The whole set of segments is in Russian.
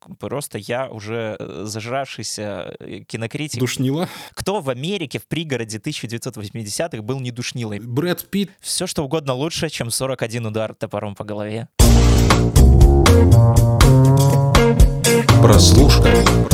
просто я уже зажравшийся кинокритик. Душнила? Кто в Америке в пригороде 1980-х был не душнилой? Брэд Питт. Все, что угодно лучше, чем 41 удар топором по голове. Прослушка.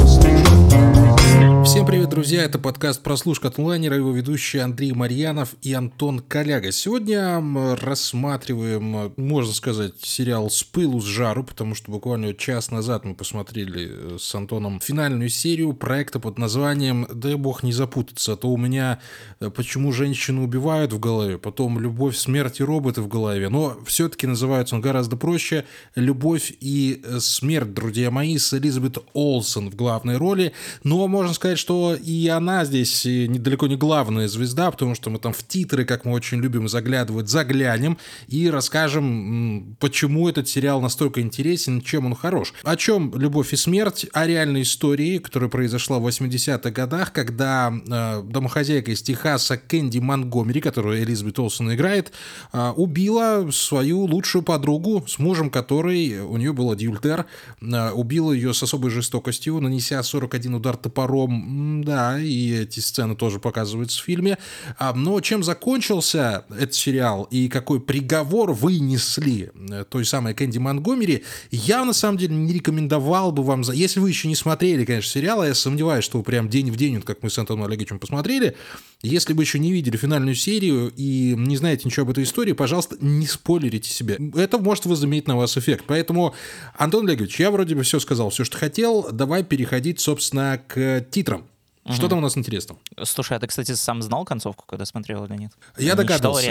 Всем привет, друзья! Это подкаст «Прослушка» от онлайнера, его ведущие Андрей Марьянов и Антон Коляга. Сегодня мы рассматриваем, можно сказать, сериал «С пылу с жару», потому что буквально час назад мы посмотрели с Антоном финальную серию проекта под названием «Дай бог не запутаться», а то у меня «Почему женщину убивают» в голове, потом «Любовь, смерть и роботы» в голове, но все-таки называется он гораздо проще «Любовь и смерть», друзья мои, с Элизабет Олсен в главной роли, но можно сказать, что и она здесь недалеко не главная звезда, потому что мы там в титры, как мы очень любим заглядывать, заглянем и расскажем, почему этот сериал настолько интересен, чем он хорош. О чем «Любовь и смерть»? О реальной истории, которая произошла в 80-х годах, когда домохозяйка из Техаса Кэнди Монгомери, которую Элизабет Олсен играет, убила свою лучшую подругу, с мужем которой у нее был адюльтер, убила ее с особой жестокостью, нанеся 41 удар топором. Да, и эти сцены тоже показываются в фильме. Но чем закончился этот сериал и какой приговор вынесли той самой Кэнди Монгомери, я на самом деле не рекомендовал бы вам... Если вы еще не смотрели, конечно, сериал, а я сомневаюсь, что вы прям день в день, как мы с Антоном Олеговичем посмотрели, если бы еще не видели финальную серию и не знаете ничего об этой истории, пожалуйста, не спойлерите себе. Это может возыметь на вас эффект. Поэтому, Антон Олегович, я вроде бы все сказал, все, что хотел. Давай переходить, собственно, к титрам. Что там у нас интересно? Слушай, а ты, кстати, сам знал концовку, когда смотрел или нет? Я догадывался.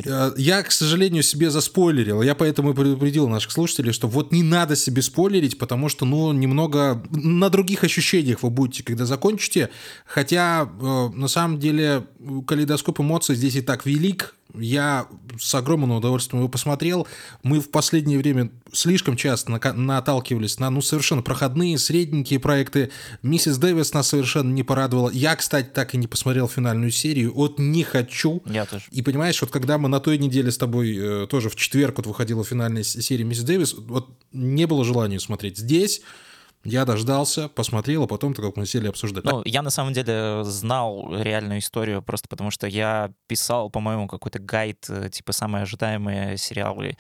Я, к сожалению, себе заспойлерил. Я поэтому и предупредил наших слушателей, что вот не надо себе спойлерить, потому что, немного на других ощущениях вы будете, когда закончите. Хотя, на самом деле, калейдоскоп эмоций здесь и так велик. Я с огромным удовольствием его посмотрел. Мы в последнее время слишком часто наталкивались на совершенно проходные, средненькие проекты. «Миссис Дэвис» нас совершенно не порадовала. Я, кстати, так и не посмотрел финальную серию. Вот не хочу. Я тоже. И понимаешь, вот когда мы на той неделе с тобой тоже в четверг вот выходила финальная серия «Миссис Дэвис», вот не было желания смотреть. Здесь я дождался, посмотрел, а потом как мы сели обсуждать. Я на самом деле знал реальную историю просто потому, что я писал, по-моему, какой-то гайд, типа «Самые ожидаемые сериалы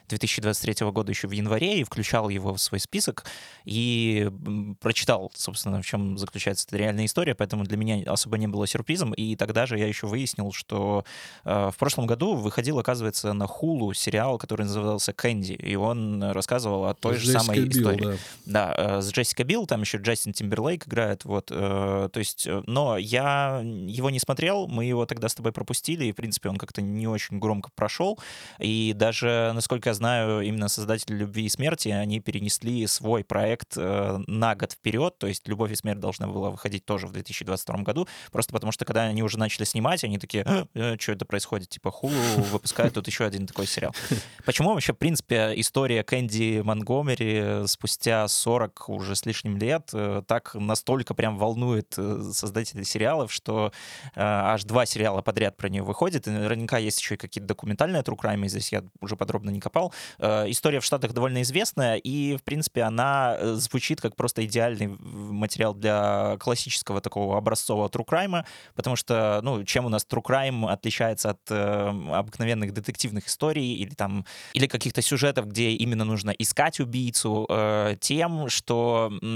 2023 года» еще в январе, и включал его в свой список, и прочитал, собственно, в чем заключается эта реальная история, поэтому для меня особо не было сюрпризом, и тогда же я еще выяснил, что в прошлом году выходил, оказывается, на Hulu сериал, который назывался «Кэнди», и он рассказывал о той же самой истории. Да, с Джессикой Билл, там еще Джастин Тимберлейк играет, вот, то есть, но я его не смотрел, мы его тогда с тобой пропустили, и, в принципе, он как-то не очень громко прошел, и даже, насколько я знаю, именно создатели «Любви и смерти», они перенесли свой проект на год вперед, то есть «Любовь и смерть» должна была выходить тоже в 2022 году, просто потому что, когда они уже начали снимать, они такие, что это происходит, типа, Hulu выпускает тут еще один такой сериал. Почему вообще, в принципе, история Кэнди Монгомери спустя 40 уже с лишним лет так настолько прям волнует создателей сериалов, что аж 2 сериала подряд про нее выходит, и наверняка есть еще и какие-то документальные true crime, здесь я уже подробно не копал. История в Штатах довольно известная, и, в принципе, она звучит как просто идеальный материал для классического такого образцового true crime, потому что, чем у нас true crime отличается от обыкновенных детективных историй или каких-то сюжетов, где именно нужно искать убийцу, тем, что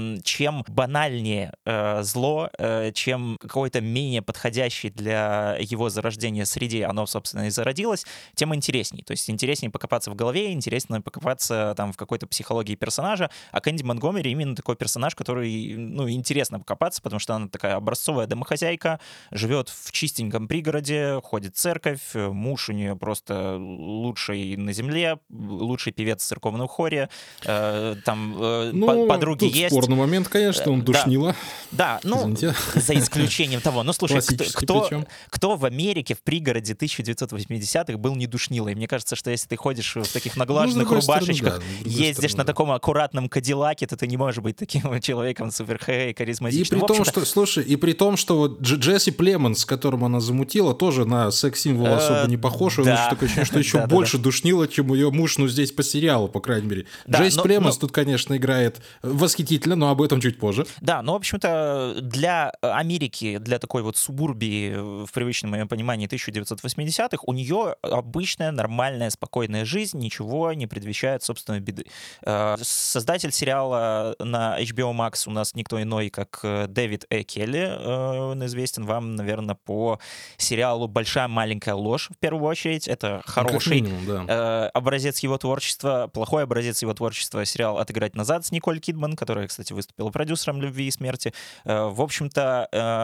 чем банальнее зло, чем какое-то менее подходящее для его зарождения среде оно, собственно, и зародилось, тем интересней. То есть интереснее покопаться в голове, интереснее покопаться там в какой-то психологии персонажа, а Кэнди Монгомери именно такой персонаж, который, интересно покопаться, потому что она такая образцовая домохозяйка, живет в чистеньком пригороде, ходит в церковь, муж у нее просто лучший на земле, лучший певец в церковном хоре, подруги тут есть. Спорный момент, конечно, он душнила. Да, ну, Извините. за исключением того. Ну, слушай, Классический причем. кто в Америке, в пригороде 1980-х был не душнилой? Мне кажется, что если ты ходишь в таких Ну, с наглаженных другой стороны, рубашечках, да, с другой ездишь стороны, на да. таком аккуратном кадиллаке, то ты не можешь быть таким человеком супер-хэй, И харизматичным. при том, что, слушай, и при том, что вот Джесси Племонс, с которым она замутила, тоже на секс-символ особо не похож. Он да. такое ощущение, что еще Да-да-да. больше душнило, чем ее муж, ну, здесь по сериалу, по крайней мере. Да, Джесси Племонс тут, конечно, играет восхитительно, но об этом чуть позже. Да, но, в общем-то, для Америки, для такой вот субурбии, в привычном моем понимании, 1980-х, у нее обычная, нормальная, спокойная жизнь, ничего не предвещает собственной беды. Создатель сериала на HBO Max у нас никто иной, как Дэвид Келли. Он известен вам, наверное, по сериалу «Большая маленькая ложь», в первую очередь. Это хороший минимум, да. образец его творчества, плохой образец его творчества — сериал «Отыграть назад» с Николь Кидман, которая, кстати, выступила продюсером «Любви и смерти». В общем-то,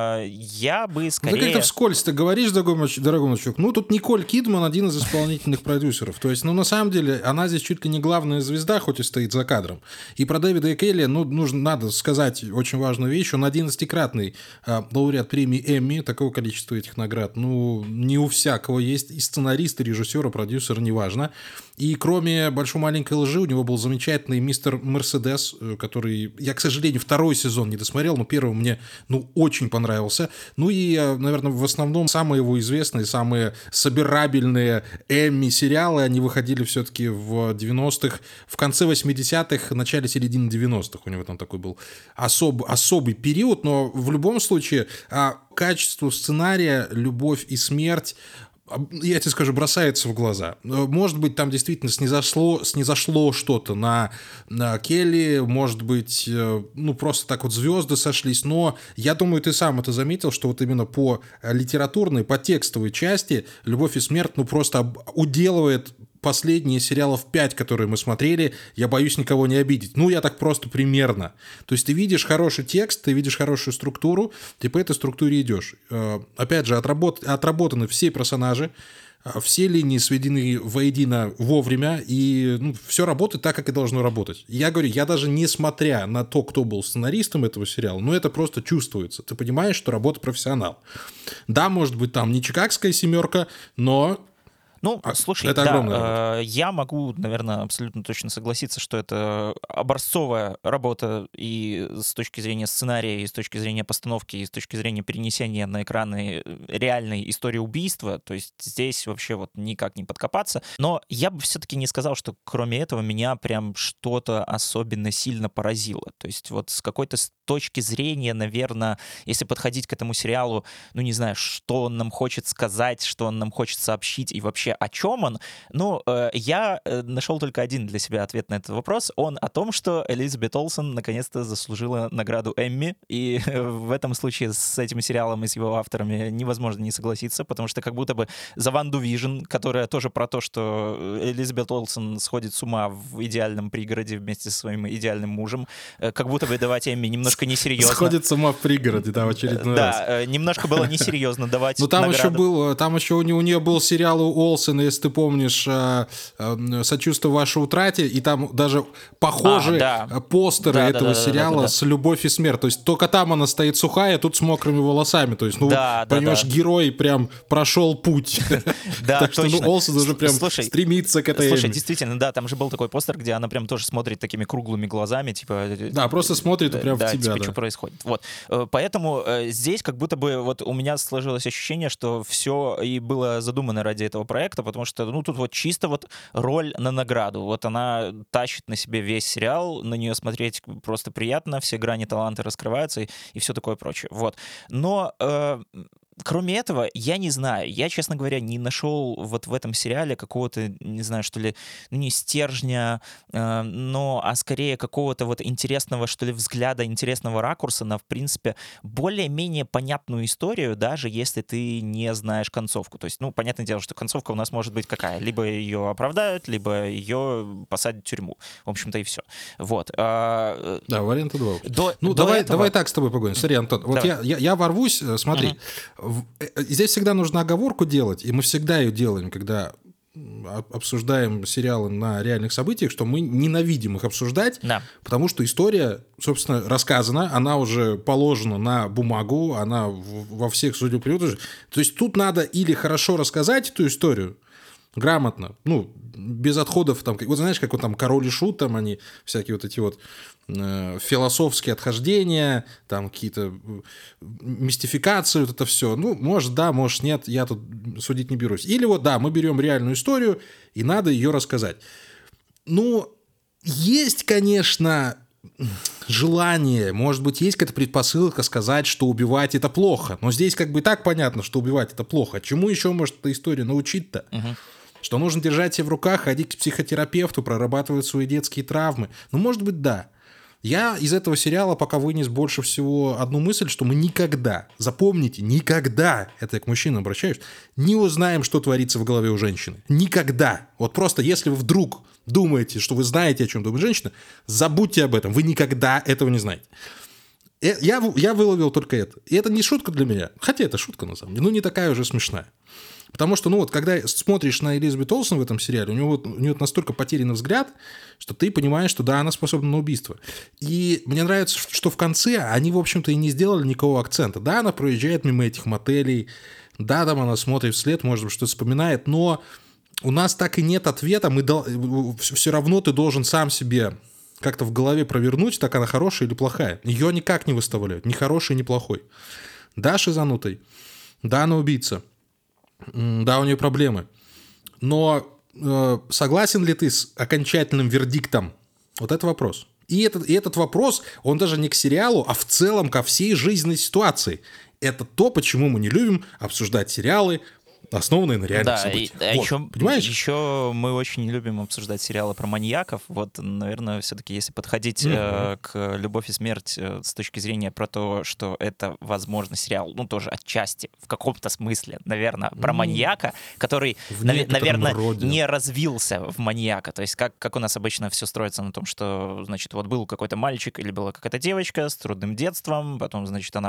я бы скорее... Ты как-то вскользь ты говоришь, дорогой мальчик, ну, тут Николь Кидман один из исполнительных продюсеров. То есть, ну, на самом деле, она здесь чуть ли не главная звезда, хоть и стоит за кадром. И про Дэвида Келли, ну, надо сказать очень важную вещь. Он 11-кратный лауреат премии Эмми, такого количества этих наград. Ну, не у всякого есть. И сценарист, и режиссер, и продюсер, неважно. И кроме «Большой маленькой лжи» у него был замечательный «Мистер Мерседес», который... Я, к сожалению, второй сезон не досмотрел, но первый мне, ну, очень понравился. Ну и, наверное, в основном самые его известные, самые собирабельные Эмми-сериалы, они выходили все-таки в 90-х, в конце 80-х, начале середины 90-х. У него там такой был особый период, но в любом случае качество сценария, любовь и смерть, я тебе скажу, бросается в глаза. Может быть, там действительно снизошло что-то на Келли, может быть, ну, просто так вот звезды сошлись, но я думаю, ты сам это заметил, что вот именно по литературной, по текстовой части «Любовь и смерть», ну, просто уделывает последние сериалов 5, которые мы смотрели, я боюсь никого не обидеть. Ну, я так просто примерно. То есть ты видишь хороший текст, ты видишь хорошую структуру, ты по этой структуре идешь. Опять же, отработаны все персонажи, все линии сведены воедино вовремя, и все работает так, как и должно работать. Я говорю, я даже несмотря на то, кто был сценаристом этого сериала, но это просто чувствуется. Ты понимаешь, что работа профессионал. Да, может быть, там не чикагская семерка, но... Ну, слушай, это да, я могу, наверное, абсолютно точно согласиться, что это образцовая работа и с точки зрения сценария, и с точки зрения постановки, и с точки зрения перенесения на экраны реальной истории убийства. То есть здесь вообще вот никак не подкопаться. Но я бы все-таки не сказал, что кроме этого меня прям что-то особенно сильно поразило. То есть вот с какой-то точки зрения, наверное, если подходить к этому сериалу, ну, не знаю, что он нам хочет сказать, что он нам хочет сообщить и вообще о чем он, ну, я нашел только один для себя ответ на этот вопрос. Он о том, что Элизабет Олсен наконец-то заслужила награду Эмми, и в этом случае с этим сериалом и с его авторами невозможно не согласиться, потому что как будто бы за Ванду Вижн, которая тоже про то, что Элизабет Олсен сходит с ума в идеальном пригороде вместе со своим идеальным мужем, как будто бы давать Эмми немножко несерьезно. Сходит с ума в пригороде, да, в очередной раз. Да, немножко было несерьезно давать ну, там награду. там еще у нее был сериал у Олсена, если ты помнишь, «Сочувствую вашей утрате», и там даже похожие постеры этого сериала с «Любовь и смерть». То есть только там она стоит сухая, тут с мокрыми волосами. То есть, ну, понимаешь, герой прям прошел путь. Да, так что, ну, Олсен уже прям стремится к этой Слушай, действительно, да, там же был такой постер, где она прям тоже смотрит такими круглыми глазами, типа... Да, просто смотрит прям в тебя. Типа, что происходит. Вот. Поэтому здесь как будто бы вот у меня сложилось ощущение, что все и было задумано ради этого проекта, потому что, ну, тут вот чисто вот роль на награду. Вот она тащит на себе весь сериал, на нее смотреть просто приятно, все грани таланта раскрываются и все такое прочее. Вот. Но... Кроме этого, я не знаю, я, честно говоря, не нашел вот в этом сериале какого-то, не знаю, что ли, ну, не стержня, а скорее какого-то вот интересного, что ли, взгляда, интересного ракурса на, в принципе, более-менее понятную историю, даже если ты не знаешь концовку. То есть, ну, понятное дело, что концовка у нас может быть какая. Либо ее оправдают, либо ее посадят в тюрьму. В общем-то, и все. Вот. Да, варианта два. Ну, давай так с тобой поговорим. Смотри, Антон, вот я ворвусь, смотри. Здесь всегда нужно оговорку делать, и мы всегда ее делаем, когда обсуждаем сериалы на реальных событиях, что мы ненавидим их обсуждать, Да. потому что история, собственно, рассказана, она уже положена на бумагу, она во всех судебных. То есть тут надо или хорошо рассказать эту историю, грамотно, ну, без отходов, там, вот знаешь, как вот там Король и Шут, там они всякие вот эти вот философские отхождения, там какие-то мистификации, вот это все. Ну, может, да, может, нет, я тут судить не берусь. Или вот, да, мы берем реальную историю, и надо ее рассказать. Ну, есть, конечно, желание, может быть, есть какая-то предпосылка сказать, что убивать это плохо. Но здесь как бы и так понятно, что убивать это плохо. Чему еще может эта история научить-то? Что нужно держать себя в руках, ходить к психотерапевту, прорабатывать свои детские травмы. Ну, может быть, да. Я из этого сериала пока вынес больше всего одну мысль, что мы никогда, запомните, никогда, это я к мужчинам обращаюсь, не узнаем, что творится в голове у женщины. Никогда. Вот просто если вы вдруг думаете, что вы знаете, о чем думает женщина, забудьте об этом. Вы никогда этого не знаете. Я выловил только это. И это не шутка для меня. Хотя это шутка, на самом деле. Ну, не такая уже смешная. Потому что, ну вот, когда смотришь на Элизабет Олсен в этом сериале, у нее настолько потерянный взгляд, что ты понимаешь, что да, она способна на убийство. И мне нравится, что в конце они, в общем-то, и не сделали никакого акцента. Да, она проезжает мимо этих мотелей, да, там она смотрит вслед, может быть, что-то вспоминает, но у нас так и нет ответа, все равно ты должен сам себе как-то в голове провернуть, так она хорошая или плохая. Ее никак не выставляют, ни хороший, ни плохой. Да, шизанутый, да, она убийца. Да, у нее проблемы. Но согласен ли ты с окончательным вердиктом? Вот это вопрос. И этот вопрос, он даже не к сериалу, а в целом ко всей жизненной ситуации. Это то, почему мы не любим обсуждать сериалы, основанные на реальных событиях. Да, вот, понимаешь? Еще мы очень не любим обсуждать сериалы про маньяков. Вот, наверное, все-таки если подходить к «Любовь и смерть» с точки зрения про то, что это, возможно, сериал, ну, тоже отчасти, в каком-то смысле, наверное, про маньяка, который, наверное, не развился в маньяка. То есть как у нас обычно все строится на том, что, значит, вот был какой-то мальчик или была какая-то девочка с трудным детством, потом, значит, она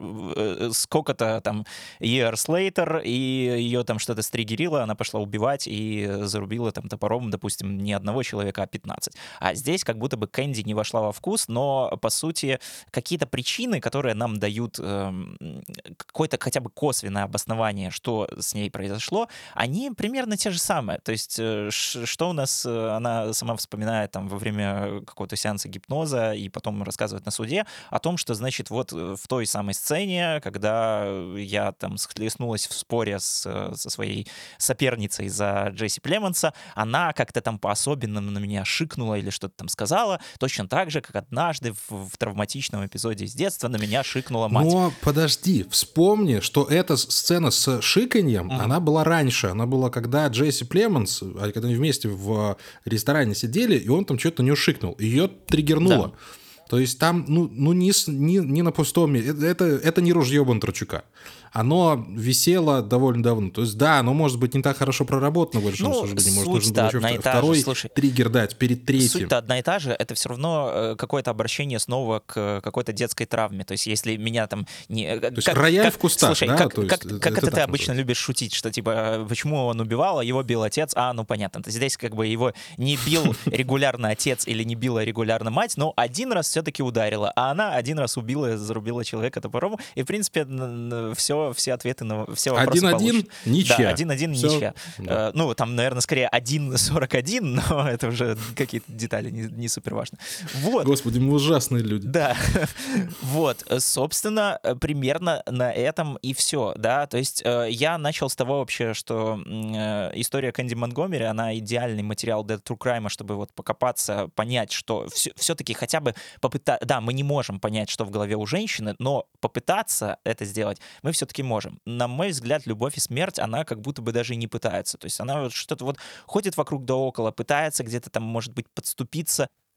сколько-то там years later, и ее там что-то стригерило, она пошла убивать и зарубила там топором, допустим, не одного человека, а 15. А здесь как будто бы Кэнди не вошла во вкус, но, по сути, какие-то причины, которые нам дают какое-то хотя бы косвенное обоснование, что с ней произошло, они примерно те же самые. То есть, что у нас она сама вспоминает там во время какого-то сеанса гипноза и потом рассказывает на суде о том, что, значит, вот в той самой сцене, когда я там схлестнулась в споре со своей соперницей за Джесси Племонса, она как-то там по-особенному на меня шикнула или что-то там сказала, точно так же, как однажды в травматичном эпизоде из детства на меня шикнула мать. Но подожди, вспомни, что эта сцена с шиканьем, она была раньше, она была, когда Джесси Племонс, когда они вместе в ресторане сидели, и он там что-то на нее шикнул, ее триггернуло. Да. То есть там, не на пустом месте, это не ружье Бондарчука. Оно висело довольно давно. То есть, да, оно может быть не так хорошо проработано, в большом суждении. Может, нужно было еще второй триггер дать перед третьим. Суть-то одна и та же. Это все равно какое-то обращение снова к какой-то детской травме. То есть, если меня там... То есть, рояль в кустах, слушай, да? Как это ты обычно любишь шутить, что, типа, почему он убивал, а его бил отец? Ну, понятно. То есть, здесь как бы его не бил регулярно отец или не била регулярно мать, но один раз все-таки ударила, а она один раз убила, зарубила человека топором, и, в принципе, все ответы на все вопросы 1-1, ничья. Да, 1-1, ничья. Да. Ну, там, наверное, скорее 1-41, но это уже какие-то детали не супер важно. Вот. Господи, мы ужасные люди. Да. Вот, собственно, примерно на этом и все, да. То есть я начал с того вообще, что история Кэнди Монтгомери, она идеальный материал для True Crime, чтобы вот покопаться, понять, что все-таки хотя бы попытаться... Да, мы не можем понять, что в голове у женщины, но попытаться это сделать мы все-таки можем. На мой взгляд, «Любовь и смерть», она как будто бы даже и не пытается. То есть она вот что-то вот ходит вокруг да около, пытается где-то там, может быть, подступиться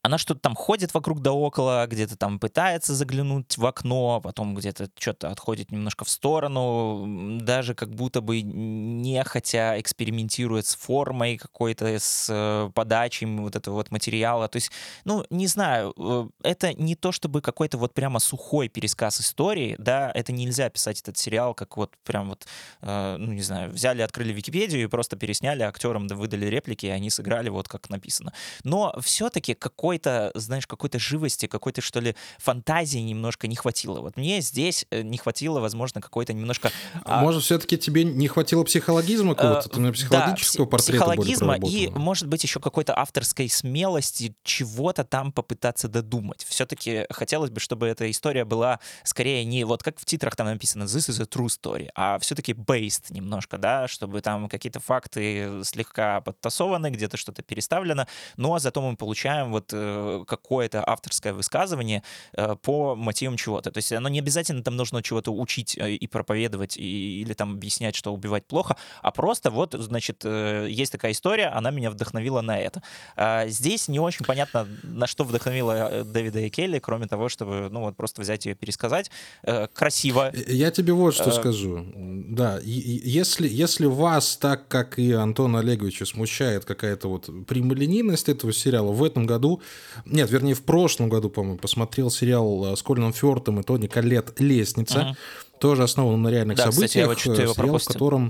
она что-то там ходит вокруг да около, где-то там пытается заглянуть в окно, потом где-то что-то отходит немножко в сторону, даже как будто бы нехотя экспериментирует с формой какой-то, с подачей вот этого вот материала. То есть, ну, не знаю, это не то чтобы какой-то вот прямо сухой пересказ истории, да, это нельзя писать этот сериал как вот прям вот, ну, не знаю, взяли, открыли Википедию и просто пересняли, актерам выдали реплики, и они сыграли вот как написано. Но все-таки какой-то, знаешь, какой-то живости, какой-то, что ли, фантазии немножко не хватило. Вот мне здесь не хватило, возможно, какой-то немножко... Может, все-таки тебе не хватило психологизма какого-то? Ты на психологического портрета более проработала? И, может быть, еще какой-то авторской смелости чего-то там попытаться додумать. Все-таки хотелось бы, чтобы эта история была скорее не вот как в титрах там написано «This is a true story», а все-таки based немножко, да, чтобы там какие-то факты слегка подтасованы, где-то что-то переставлено, но зато мы получаем вот какое-то авторское высказывание по мотивам чего-то. То есть оно не обязательно там нужно чего-то учить и проповедовать, или там объяснять, что убивать плохо, а просто вот, значит, есть такая история, она меня вдохновила на это. Здесь не очень понятно, на что вдохновила Дэвида и Келли, кроме того, чтобы, ну вот, просто взять ее и пересказать. Красиво. Я тебе вот что скажу. Да, если вас, так как и Антона Олеговича, смущает какая-то вот прямолинейность этого сериала, в этом году, нет, вернее, в прошлом году, по-моему, посмотрел сериал с Колином Фёртом и Тони Коллетт «Лестница», тоже основан на реальных событиях, кстати, я сериал, в котором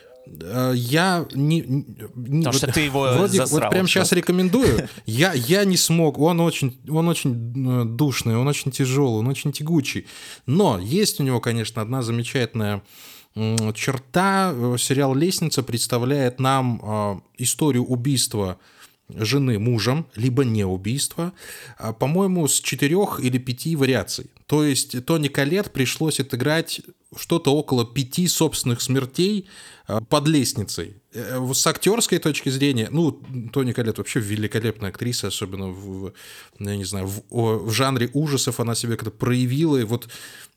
я потому что ты его вроде засрал, вот прямо сейчас рекомендую. Я не смог. Он очень душный, он очень тяжелый, он очень тягучий. Но есть у него, конечно, одна замечательная черта. Сериал «Лестница» представляет нам историю убийства жены мужем, либо не убийства, по-моему, с 4 или 5 вариаций. То есть Тони Коллетт пришлось отыграть что-то около 5 собственных смертей под лестницей. С актерской точки зрения, ну, Тони Коллетт вообще великолепная актриса, особенно я не знаю, в жанре ужасов она себя как-то проявила, и вот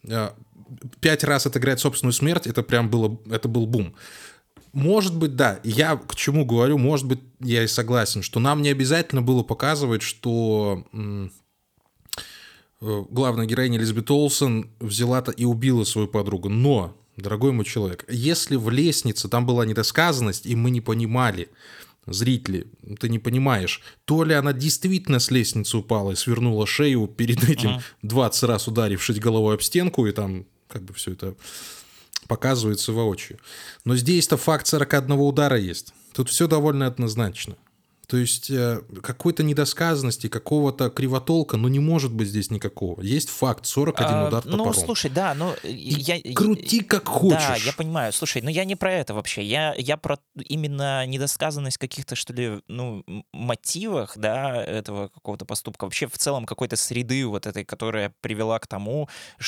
5 раз отыграть собственную смерть, это был бум. Может быть, да, я к чему говорю, может быть, я и согласен, что нам не обязательно было показывать, что главная героиня Элизабет Олсен взяла-то и убила свою подругу. Но, дорогой мой человек, если в «Лестнице» там была недосказанность, и мы не понимали, зрители, ты не понимаешь, то ли она действительно с лестницы упала и свернула шею, перед этим 20 раз ударившись головой об стенку, и там как бы все это показывается воочию. Но здесь-то факт 41 удара есть. Тут все довольно однозначно. То есть какой-то недосказанности, какого-то кривотолка, ну не может быть здесь никакого. Есть факт, 41 удар топором. Ну, слушай, да, ну... крути как хочешь. Да, я понимаю. Слушай, но я не про это вообще. Я про именно недосказанность каких-то, что ли, ну, мотивах, да, этого какого-то поступка. Вообще в целом какой-то среды вот этой, которая привела к тому,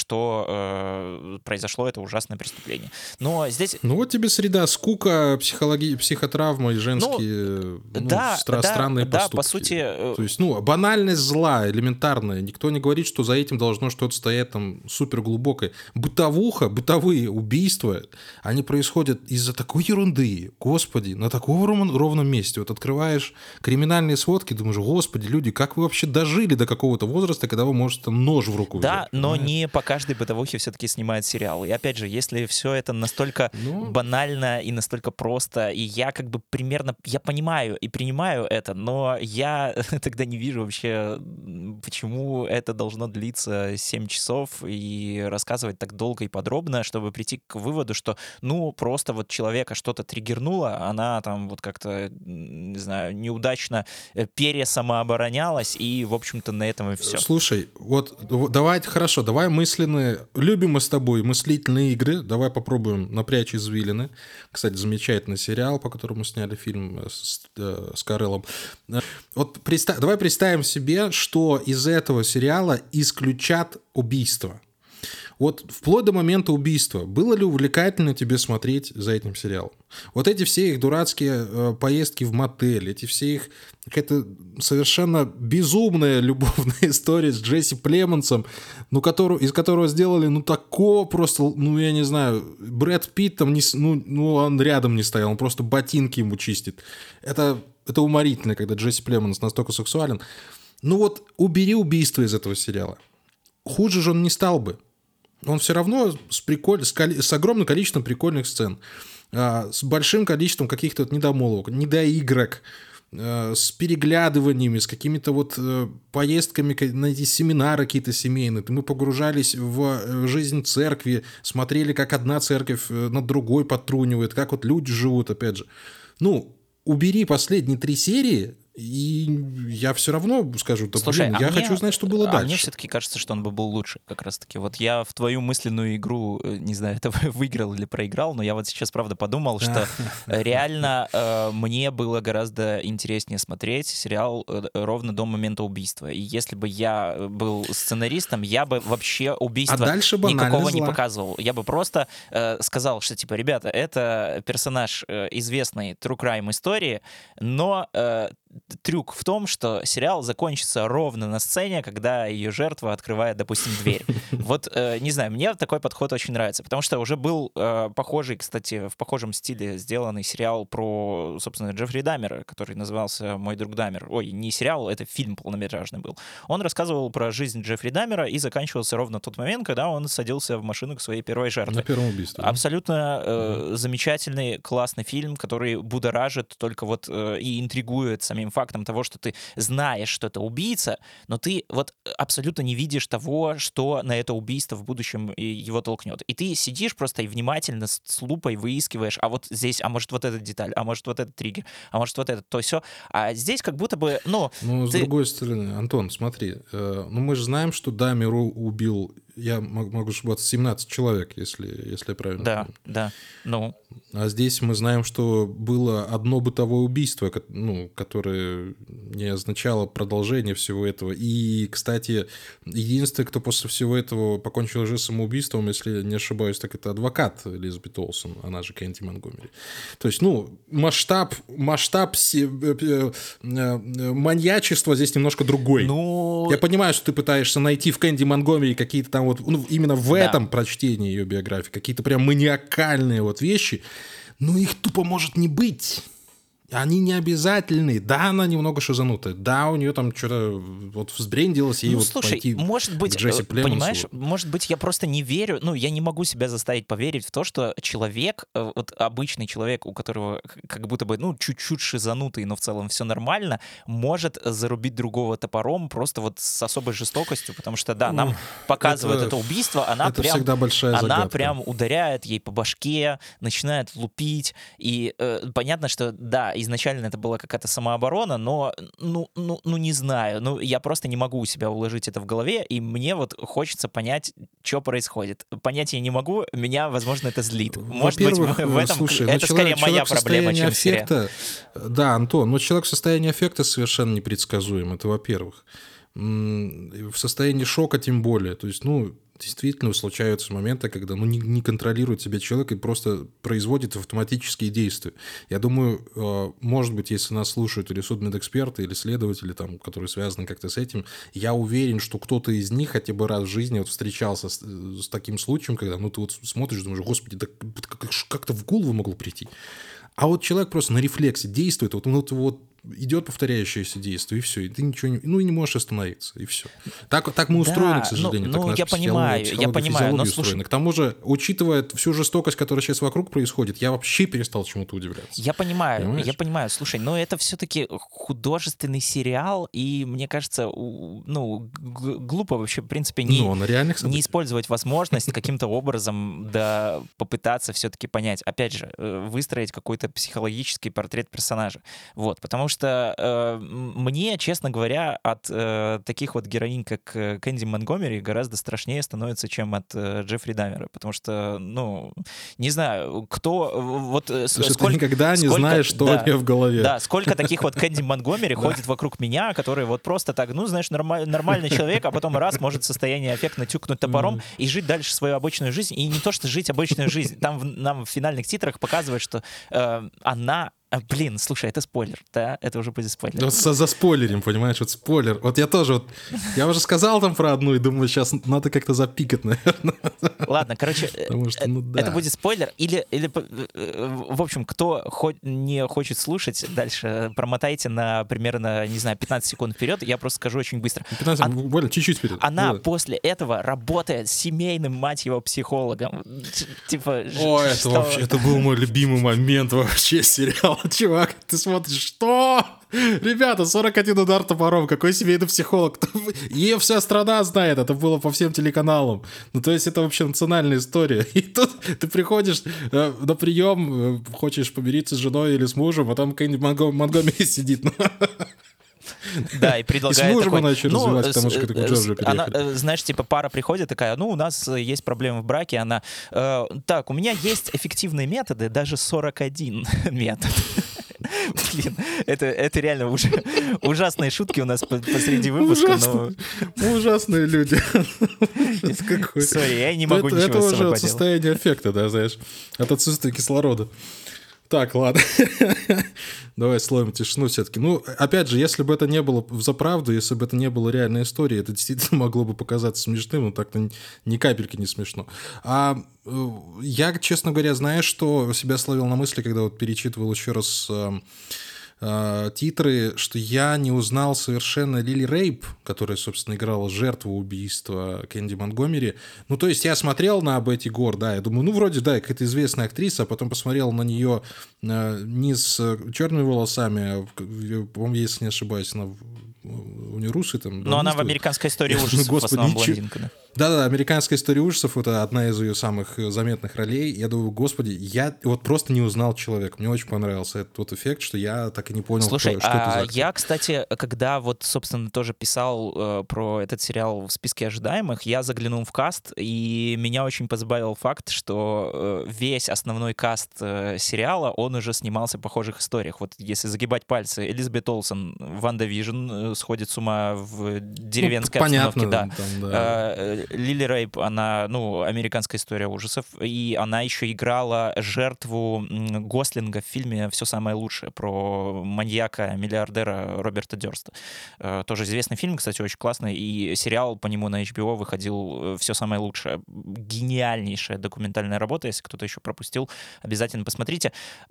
что произошло это ужасное преступление. Но здесь... Ну вот тебе среда, скука, психотравма и женские... да, странные поступки. Да, по сути... То есть, ну, банальность зла, элементарная. Никто не говорит, что за этим должно что-то стоять там суперглубокое. Бытовые убийства, они происходят из-за такой ерунды. Господи, на таком ровном месте. Вот открываешь криминальные сводки, думаешь, господи, люди, как вы вообще дожили до какого-то возраста, когда вы можете там нож в руку взять? Да, но не по каждой бытовухе все-таки снимают сериал. И опять же, если все это настолько банально и настолько просто, и я как бы примерно, я понимаю и принимаю это, но я тогда не вижу вообще, почему это должно длиться 7 часов и рассказывать так долго и подробно, чтобы прийти к выводу, что, ну, просто вот человека что-то триггернуло, она там вот как-то, не знаю, неудачно пересамооборонялась, и, в общем-то, на этом и все. Слушай, вот давай, хорошо, давай мысленные, любим мы с тобой мыслительные игры, давай попробуем напрячь извилины. Кстати, замечательный сериал, по которому сняли фильм с Кареллом. Вот давай представим себе, что из этого сериала исключат убийство. Вот вплоть до момента убийства, было ли увлекательно тебе смотреть за этим сериалом? Вот эти все их дурацкие поездки в мотель, эти все их какая-то совершенно безумная любовная история с Джесси Племонсом, ну, из которого сделали, ну, такого просто, ну, я не знаю, Брэд Питт там, он рядом не стоял, он просто ботинки ему чистит. Это уморительно, когда Джесси Племонс настолько сексуален. Ну вот убери убийство из этого сериала. Хуже же он не стал бы. Он все равно с огромным количеством прикольных сцен, с большим количеством каких-то вот недомолвок, недоигрок, с переглядываниями, с какими-то вот поездками на эти семинары какие-то семейные. Мы погружались в жизнь церкви, смотрели, как одна церковь над другой подтрунивает, как вот люди живут, опять же. Ну, убери последние 3 серии, и я все равно скажу, да, Слушай, блин, я хочу знать, что было дальше. Мне все-таки кажется, что он бы был лучше, как раз-таки. Вот я в твою мысленную игру, не знаю, это выиграл или проиграл, но я вот сейчас, правда, подумал, что реально мне было гораздо интереснее смотреть сериал ровно до момента убийства. И если бы я был сценаристом, я бы вообще убийства никакого не показывал. Я бы просто сказал, что, типа, ребята, это персонаж известной true crime истории, но трюк в том, что сериал закончится ровно на сцене, когда ее жертва открывает, допустим, дверь. Вот, не знаю, мне такой подход очень нравится, потому что уже был похожий, кстати, в похожем стиле сделанный сериал про, собственно, Джеффри Даммера, который назывался «Мой друг Даммер». Ой, не сериал, это фильм полнометражный был. Он рассказывал про жизнь Джеффри Даммера и заканчивался ровно в тот момент, когда он садился в машину к своей первой жертве. На первом убийстве. Абсолютно замечательный, классный фильм, который будоражит только вот и интригует самим фактом того, что ты знаешь, что это убийца, но ты вот абсолютно не видишь того, что на это убийство в будущем его толкнет. И ты сидишь просто и внимательно с лупой выискиваешь, а вот здесь, а может вот эта деталь, а может вот этот триггер, а может вот это, то все. А здесь как будто бы, Ну, с другой стороны, Антон, смотри, ну мы же знаем, что Даммер убил, я могу ошибаться, 17 человек, если я правильно помню. Да, ну. А здесь мы знаем, что было одно бытовое убийство, ну, которое не означало продолжение всего этого. И, кстати, единственный, кто после всего этого покончил жизнь самоубийством, если не ошибаюсь, так это адвокат Элизабет Олсен, она же Кэнди Монгомери. То есть, ну, масштаб маньячества здесь немножко другой. Ну... Я понимаю, что ты пытаешься найти в Кэнди Монгомери какие-то там вот, ну, именно в этом прочтении ее биографии, какие-то прям маниакальные вот вещи, но их тупо может не быть. Они не обязательны. Да, она немного шизанутая. Да, у нее там что-то вот взбрендилось, ей вот слушай, пойти может быть, к Джесси Племонсу. Понимаешь, может быть, я просто не верю, ну, я не могу себя заставить поверить в то, что человек, вот обычный человек, у которого как будто бы, ну, чуть-чуть шизанутый, но в целом все нормально, может зарубить другого топором просто вот с особой жестокостью, потому что, да, нам показывают это убийство, она это прям... всегда большая загадка. Она прям ударяет ей по башке, начинает лупить, и понятно, что, да, изначально это была какая-то самооборона, но, ну, не знаю, ну, я просто не могу у себя уложить это в голове, и мне вот хочется понять, что происходит. Понять я не могу, меня, возможно, это злит. Может быть, в этом слушай, это скорее моя проблема, чем сериал. Да, Антон, но человек в состоянии аффекта совершенно непредсказуем, это во-первых. В состоянии шока тем более, то есть, ну, действительно случаются моменты, когда не контролирует себя человек и просто производит автоматические действия. Я думаю, может быть, если нас слушают или судмедэксперты, или следователи, там, которые связаны как-то с этим, я уверен, что кто-то из них хотя бы раз в жизни вот встречался с таким случаем, когда ну, ты вот смотришь, думаешь, господи, да как-то в голову могло прийти. А вот человек просто на рефлексе действует, вот идет повторяющееся действие, и все, и ты ничего не, и не можешь остановиться, и все. Так мы устроены, к сожалению. Ну, так я понимаю, но устроена. К тому же, учитывая всю жестокость, которая сейчас вокруг происходит, я вообще перестал чему-то удивляться. Я понимаю. Слушай, но это все-таки художественный сериал, и мне кажется, ну, глупо вообще, в принципе, не использовать возможность каким-то образом попытаться все-таки понять, опять же, выстроить какой-то психологический портрет персонажа. Вот, потому что мне, честно говоря, от таких вот героинь, как Кэнди Монгомери, гораздо страшнее становится, чем от Джеффри Даммера, потому что, ну, не знаю, кто... Вот, ты никогда не знаешь, что у нее в голове. Да, сколько таких вот Кэнди Монгомери ходит вокруг меня, которые вот просто так, ну, знаешь, нормальный человек, а потом раз может в состоянии аффектно тюкнуть топором и жить дальше свою обычную жизнь. И не то, что жить обычную жизнь. Там нам в финальных титрах показывают, что она Блин, слушай, это спойлер, да? Это уже будет спойлер. Вот за спойлером, понимаешь, вот спойлер. Вот я тоже, вот, я уже сказал там про одну и думаю, сейчас надо как-то запикать, наверное. Ладно, короче, Потому что, ну да. это будет спойлер. Или, в общем, кто не хочет слушать дальше, промотайте на примерно, не знаю, 15 секунд вперед. Я просто скажу очень быстро. 15, буквально чуть-чуть вперед. Она Да. после этого работает семейным, мать его, психологом. Типа, О, это вообще, это был мой любимый момент вообще сериала. Чувак, ты смотришь, что? Ребята, 41 удар топором, какой семейный психолог? Ее вся страна знает, это было по всем телеканалам. Ну, то есть это вообще национальная история. И тут ты приходишь на прием, хочешь помириться с женой или с мужем, а там какой-нибудь Монгомери сидит. Да, и предлагает И с мужем такой, она еще развивать, потому что к Джорджу переехали. знаешь, типа пара приходит такая, ну, у нас есть проблемы в браке, она, так, у меня есть эффективные методы, даже 41 метод. Блин, это реально уже ужасные шутки у нас посреди выпуска, но... Ужасные люди. Ужас какой. Сори, я не могу ничего с Это собой уже от поделать. состояния эффекта, да, знаешь, от отсутствия кислорода. Так, ладно. Давай словим тишину все-таки. Ну, опять же, если бы это не было взаправду, если бы это не было реальной историей, это действительно могло бы показаться смешным, но так-то ни капельки не смешно. Я, честно говоря, знаешь, что себя словил на мысли, когда вот перечитывал еще раз титры, что я не узнал совершенно Лили Рейп, которая, собственно, играла жертву убийства Кэнди Монтгомери. Ну, то есть я смотрел на Бетти Гор, да, я думаю, ну, вроде, да, какая-то известная актриса, а потом посмотрел на нее не с черными волосами, по-моему, если не ошибаюсь, она у нее русый там. Но она в «Американской истории ужасов» в основном блондинка, да. Да-да, «Американская история ужасов» — это одна из ее самых заметных ролей. Я думаю, господи, я вот просто не узнал человека. Мне очень понравился этот вот эффект, что я так и не понял, Слушай, что это за актер. Я, кстати, когда вот, собственно, тоже писал про этот сериал в списке ожидаемых, я заглянул в каст, и меня очень позабавил факт, что весь основной каст сериала, он уже снимался в похожих историях. Вот если загибать пальцы, Элизабет Олсен в «Ванда Вижн» сходит с ума в деревенской обстановке, да. Там, да. Лили Рейп, она, ну, «Американская история ужасов», и она еще играла жертву Гослинга в фильме «Все самое лучшее» про маньяка-миллиардера Роберта Дёрста. Тоже известный фильм, кстати, очень классный, и сериал по нему на HBO выходил «Все самое лучшее». Гениальнейшая документальная работа, если кто-то еще пропустил, обязательно посмотрите.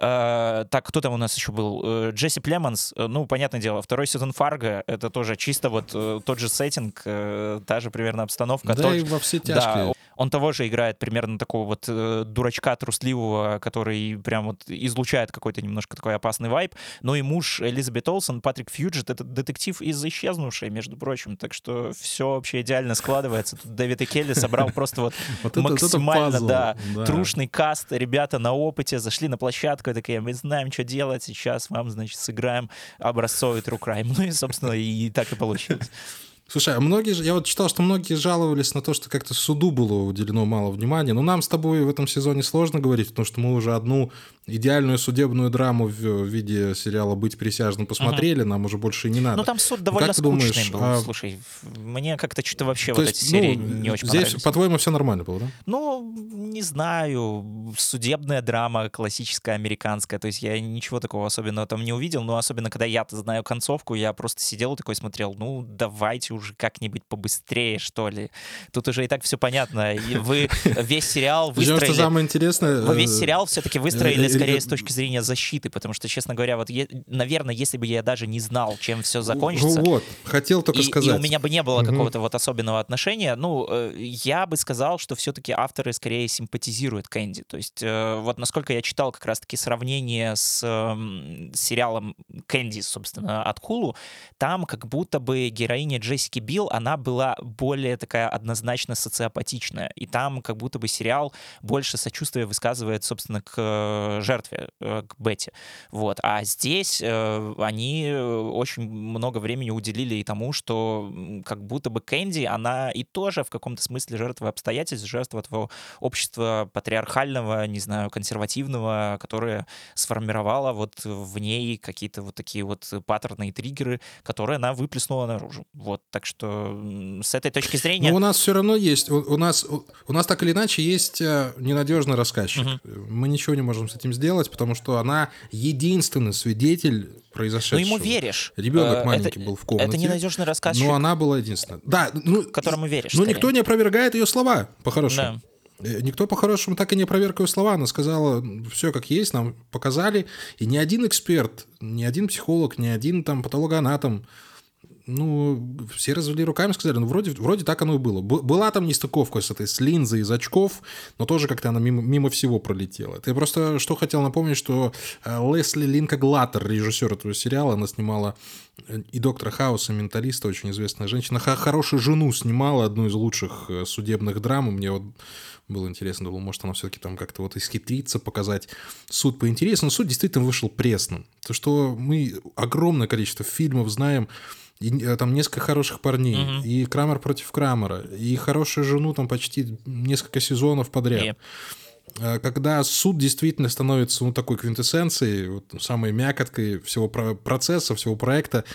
Так, кто там у нас еще был? Джесси Племонс, ну, понятное дело, второй сезон «Фарго», это тоже чисто вот тот же сеттинг, та же примерно обстановка. Да, и во все тяжкие. Да, он того же играет примерно такого вот дурачка трусливого, который прям вот излучает какой-то немножко такой опасный вайб. Ну и муж Элизабет Олсен, Патрик Фьюджет, это детектив из «Исчезнувшей», между прочим. Так что все вообще идеально складывается. Тут Дэвид и Келли собрал просто вот максимально, да, трушный каст. Ребята на опыте зашли на площадку и такие, мы знаем, что делать, сейчас вам, значит, сыграем образцовый true crime. Ну и, собственно, и так и получилось. Слушай, я вот читал, что многие жаловались на то, что как-то суду было уделено мало внимания. Но нам с тобой в этом сезоне сложно говорить, потому что мы уже одну идеальную судебную драму в виде сериала «Быть присяжным» посмотрели, нам уже больше и не надо. Ну там суд довольно скучный был, слушай. Мне как-то что-то вообще вот эти серии не очень понравились. Здесь, по-твоему, все нормально было, да? Ну, не знаю, судебная драма классическая, американская, то есть я ничего такого особенного там не увидел, но особенно, когда я-то знаю концовку, я просто сидел такой смотрел, ну, давайте уже как-нибудь побыстрее, что ли. Тут уже и так все понятно. И вы весь сериал выстроили... Что самое интересное... Вы весь сериал все-таки выстроили скорее с точки зрения защиты, потому что, честно говоря, вот, наверное, если бы я даже не знал, чем все закончится... Вот, хотел только сказать. И у меня бы не было какого-то вот особенного отношения, ну, я бы сказал, что все-таки авторы скорее симпатизируют Кэнди. То есть вот насколько я читал как раз-таки сравнение с сериалом Кэнди, собственно, от Hulu, там как будто бы героиня Джессики Билл, она была более такая однозначно социопатичная. И там как будто бы сериал больше сочувствия высказывает, собственно, к жертве, к Бетти. Вот. А здесь они очень много времени уделили и тому, что как будто бы Кэнди, она и тоже в каком-то смысле жертва обстоятельств, жертва того общества патриархального, не знаю, консервативного, которое сформировало вот в ней какие-то вот такие вот паттерны и триггеры, которые она выплеснула наружу. Вот Так что с этой точки зрения... Но у нас все равно есть, у нас так или иначе есть ненадежный рассказчик. Мы ничего не можем с этим сделать, потому что она единственный свидетель произошедшего. Ну, ему веришь. Ребенок маленький был в комнате. Это ненадежный рассказчик, но она была единственная. Да, которому веришь. Но никто не опровергает ее слова, по-хорошему. Да. Никто по-хорошему так и не опроверг ее слова. Она сказала, все как есть, нам показали. И ни один эксперт, ни один психолог, ни один там патологоанатом, все развели руками, сказали, вроде так оно и было. Была там нестыковка с линзой из очков, но тоже как-то она мимо всего пролетела. Я просто что хотел напомнить, что Лесли Линка Глаттер, режиссер этого сериала, она снимала и «Доктора Хауса», и «Менталиста», очень известная женщина. «Хорошую жену» снимала, одну из лучших судебных драм, и мне вот было интересно, думал, может, она все-таки там как-то вот исхитрится, показать суд поинтереснее. Но суд действительно вышел пресным. То, что мы огромное количество фильмов знаем, и, там несколько хороших парней, и «Крамер против Крамера», и «Хорошую жену» там почти несколько сезонов подряд. Когда суд действительно становится такой квинтэссенцией, вот, самой мякоткой всего процесса, всего проекта,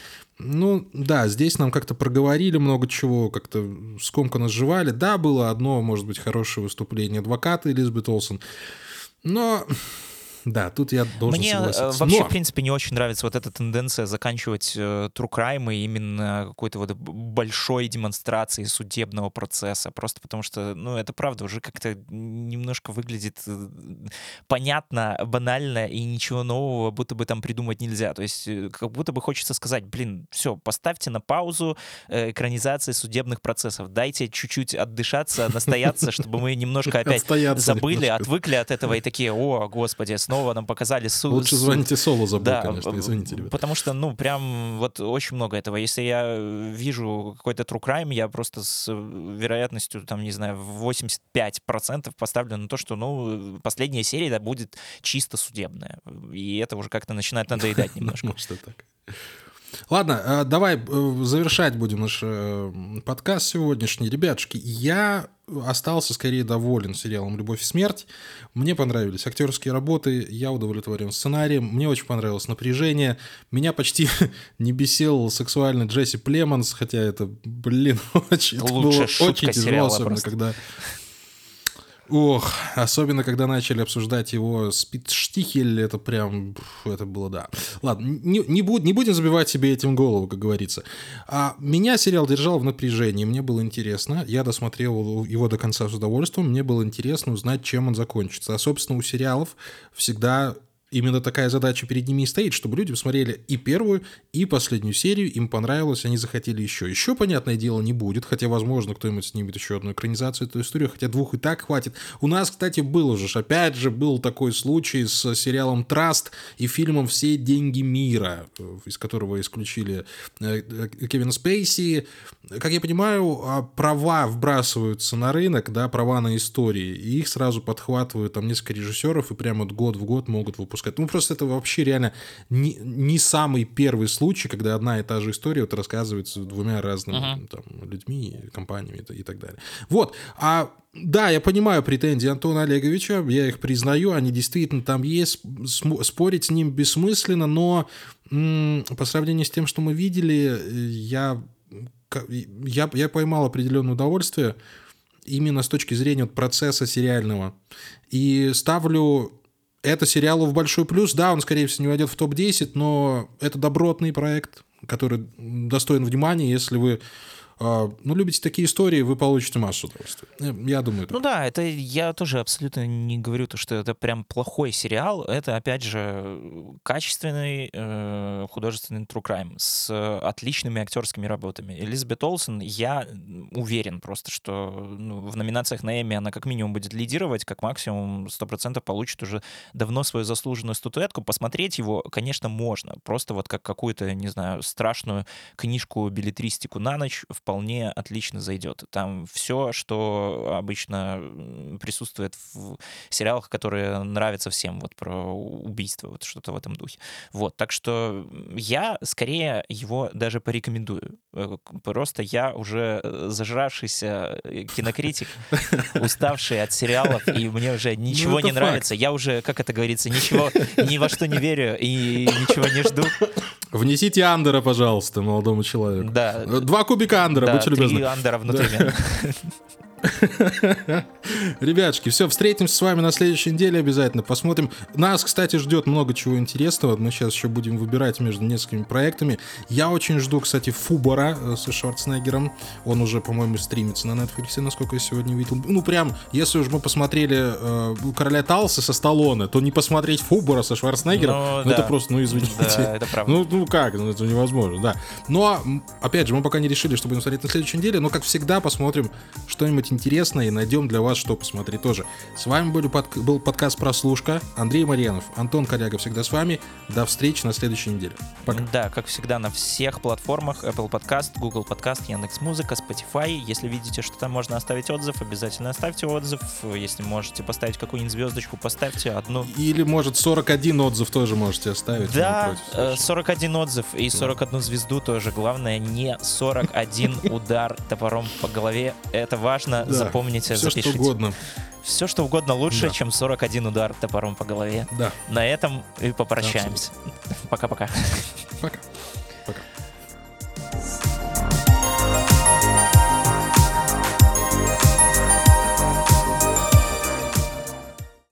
да, здесь нам как-то проговорили много чего, как-то скомканно сживали. Да, было одно, может быть, хорошее выступление адвоката Элизабет Олсен, но... Да, тут я должен согласиться. Мне вообще, в принципе, не очень нравится вот эта тенденция заканчивать true crime именно какой-то вот большой демонстрацией судебного процесса. Просто потому что, это правда уже как-то немножко выглядит понятно, банально, и ничего нового будто бы там придумать нельзя. То есть как будто бы хочется сказать, все, поставьте на паузу экранизации судебных процессов. Дайте чуть-чуть отдышаться, настояться, чтобы мы немножко опять забыли, отвыкли от этого и такие, о, господи, снова нам показали суд. Лучше звоните Соло забыл, да, конечно, извините, ребята. Потому что, прям вот очень много этого. Если я вижу какой-то true crime, я просто с вероятностью, там, не знаю, 85% поставлю на то, что, последняя серия будет чисто судебная. И это уже как-то начинает надоедать немножко. Может, и так. Ладно, давай завершать будем наш подкаст сегодняшний. Ребятушки, я остался скорее доволен сериалом «Любовь и смерть». Мне понравились актерские работы, я удовлетворен сценарием, мне очень понравилось напряжение. Меня почти не бесил сексуальный Джесси Племонс, хотя это, очень, это было очень тяжело, особенно когда... Ох, особенно, когда начали обсуждать его спидштихель, это прям, это было, да. Ладно, не будем забивать себе этим голову, как говорится. Меня сериал держал в напряжении, мне было интересно, я досмотрел его до конца с удовольствием, мне было интересно узнать, чем он закончится. А, собственно, у сериалов всегда... Именно такая задача перед ними и стоит, чтобы люди посмотрели и первую, и последнюю серию, им понравилось, они захотели еще. Еще, понятное дело, не будет, хотя, возможно, кто-нибудь снимет еще одну экранизацию эту историю, хотя 2 и так хватит. У нас, кстати, был уже, опять же, был такой случай с сериалом «Траст» и фильмом «Все деньги мира», из которого исключили Кевина Спейси. Как я понимаю, права вбрасываются на рынок, да, права на истории, и их сразу подхватывают там несколько режиссеров, и прямо год в год могут выпускать. Просто это вообще реально не самый первый случай, когда одна и та же история вот рассказывается 2 разными там, людьми, компаниями и так далее. Вот. Да, я понимаю претензии Антона Олеговича, я их признаю, они действительно там есть, спорить с ним бессмысленно, но по сравнению с тем, что мы видели, я поймал определенное удовольствие именно с точки зрения процесса сериального. И ставлю это сериалу в большой плюс. Да, он, скорее всего, не войдет в топ-10, но это добротный проект, который достоин внимания. Если вы любите такие истории, вы получите массу удовольствия. Я думаю, так. Да, это я тоже абсолютно не говорю, что это прям плохой сериал. Это, опять же, качественный художественный true crime с отличными актерскими работами. Элизабет Олсен, я уверен просто, что в номинациях на Эмми она как минимум будет лидировать, как максимум 100% получит уже давно свою заслуженную статуэтку. Посмотреть его, конечно, можно. Просто вот как какую-то, не знаю, страшную книжку-беллетристику на ночь вполне отлично зайдет. Там все, что обычно присутствует в сериалах, которые нравятся всем, вот про убийство, вот что-то в этом духе. Вот, так что я скорее его даже порекомендую. Просто я уже зажравшийся кинокритик, уставший от сериалов, и мне уже ничего не нравится. Я уже, как это говорится, ничего, ни во что не верю и ничего не жду. Внесите андера, пожалуйста, молодому человеку. Да. 2 кубика андера, Да, будьте любезны. 3 андера внутри. Ребятушки, все, встретимся с вами на следующей неделе обязательно. Посмотрим. Нас, кстати, ждет много чего интересного. Мы сейчас еще будем выбирать между несколькими проектами. Я очень жду, кстати, Фубара со Шварценеггером. Он уже, по-моему, стримится на Netflix, насколько я сегодня видел. Ну, прям, если уж мы посмотрели Короля Талса со Сталлоне, то не посмотреть Фубара со Шварценеггером, это просто, извините. Да, это правда. Ну как, это невозможно, да. Но, опять же, мы пока не решили, что будем смотреть на следующей неделе, но, как всегда, посмотрим что-нибудь интересное и найдем для вас, что посмотреть тоже. С вами был подкаст «Прослушка». Андрей Марьянов, Антон Коляга всегда с вами. До встречи на следующей неделе. Пока. Да, как всегда, на всех платформах: Apple Podcast, Google Podcast, Яндекс.Музыка, Spotify. Если видите, что там можно оставить отзыв, обязательно оставьте отзыв. Если можете поставить какую-нибудь звездочку, поставьте одну. Или, может, 41 отзыв тоже можете оставить. Да, 41 отзыв и 41 звезду тоже. Главное, не 41 удар топором по голове. Это важно. Да. Запомните, все, запишите. Что угодно. Все, что угодно лучше, чем 41 удар топором по голове. Да. На этом и попрощаемся. Пока-пока. Пока.